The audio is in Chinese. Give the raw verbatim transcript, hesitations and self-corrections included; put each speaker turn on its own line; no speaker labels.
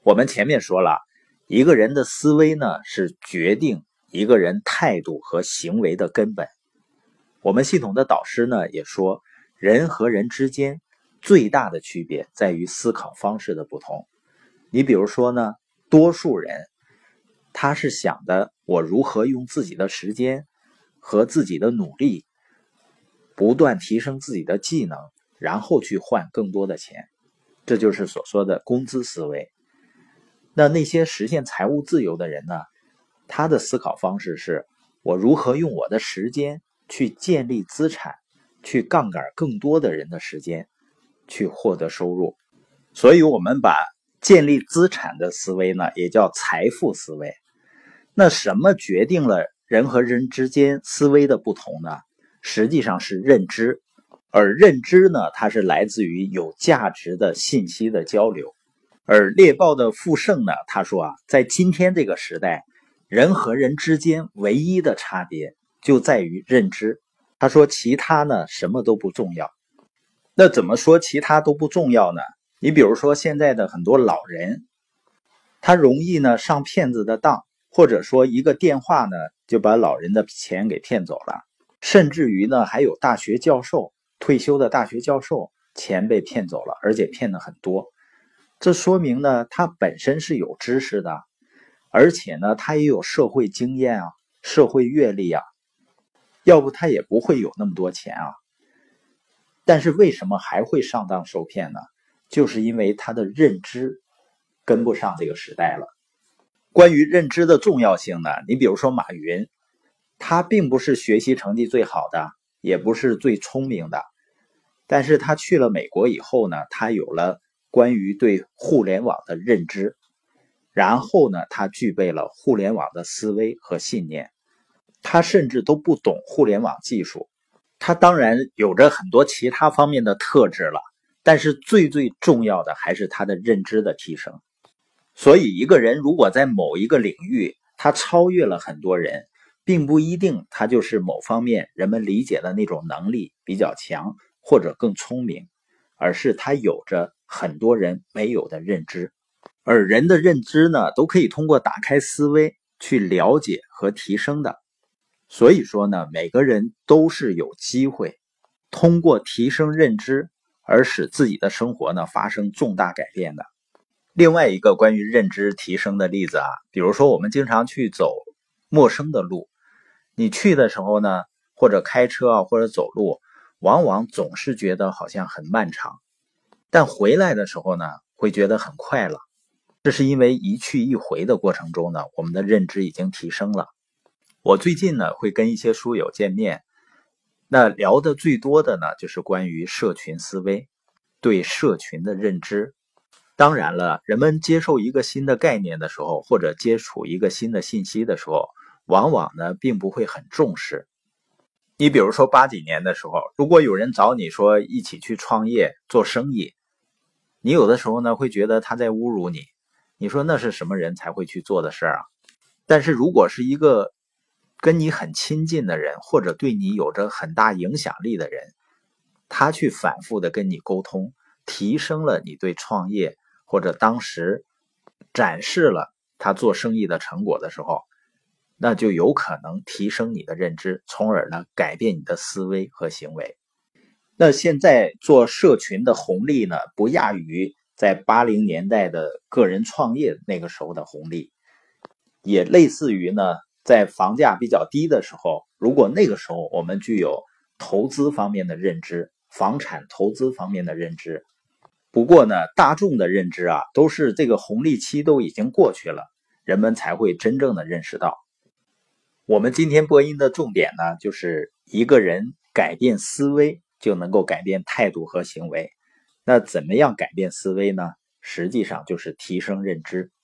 我们前面说了，一个人的思维呢，是决定一个人态度和行为的根本。我们系统的导师呢也说，人和人之间最大的区别在于思考方式的不同。你比如说呢，多数人他是想的我如何用自己的时间和自己的努力不断提升自己的技能，然后去换更多的钱，这就是所说的工资思维。那那些实现财务自由的人呢，他的思考方式是我如何用我的时间去建立资产，去杠杆更多的人的时间，去获得收入。所以我们把建立资产的思维呢，也叫财富思维。那什么决定了人和人之间思维的不同呢？实际上是认知，而认知呢，它是来自于有价值的信息的交流。而猎豹的傅盛呢，他说啊，在今天这个时代，人和人之间唯一的差别就在于认知。他说其他呢什么都不重要。那怎么说其他都不重要呢？你比如说现在的很多老人，他容易呢上骗子的当，或者说一个电话呢就把老人的钱给骗走了，甚至于呢还有大学教授，退休的大学教授钱被骗走了，而且骗得很多。这说明呢他本身是有知识的，而且呢他也有社会经验啊，社会阅历啊，要不他也不会有那么多钱啊。但是为什么还会上当受骗呢？就是因为他的认知跟不上这个时代了。关于认知的重要性呢，你比如说马云，他并不是学习成绩最好的，也不是最聪明的，但是他去了美国以后呢，他有了关于对互联网的认知，然后呢他具备了互联网的思维和信念。他甚至都不懂互联网技术，他当然有着很多其他方面的特质了，但是最最重要的还是他的认知的提升。所以一个人如果在某一个领域他超越了很多人，并不一定他就是某方面人们理解的那种能力比较强或者更聪明，而是他有着很多人没有的认知。而人的认知呢，都可以通过打开思维去了解和提升的。所以说呢，每个人都是有机会通过提升认知而使自己的生活呢发生重大改变的。另外一个关于认知提升的例子啊，比如说我们经常去走陌生的路，你去的时候呢，或者开车啊，或者走路，往往总是觉得好像很漫长，但回来的时候呢，会觉得很快乐。这是因为一去一回的过程中呢，我们的认知已经提升了。我最近呢会跟一些书友见面，那聊的最多的呢就是关于社群思维，对社群的认知。当然了，人们接受一个新的概念的时候，或者接触一个新的信息的时候，往往呢并不会很重视。你比如说八几年的时候，如果有人找你说一起去创业做生意，你有的时候呢会觉得他在侮辱你，你说那是什么人才会去做的事啊？但是如果是一个跟你很亲近的人，或者对你有着很大影响力的人，他去反复的跟你沟通，提升了你对创业或者当时展示了他做生意的成果的时候，那就有可能提升你的认知，从而呢改变你的思维和行为。那现在做社群的红利呢，不亚于在八零年代的个人创业那个时候的红利，也类似于呢在房价比较低的时候，如果那个时候我们具有投资方面的认知，房产投资方面的认知。不过呢，大众的认知啊，都是这个红利期都已经过去了，人们才会真正的认识到。我们今天播音的重点呢，就是一个人改变思维就能够改变态度和行为。那怎么样改变思维呢？实际上就是提升认知。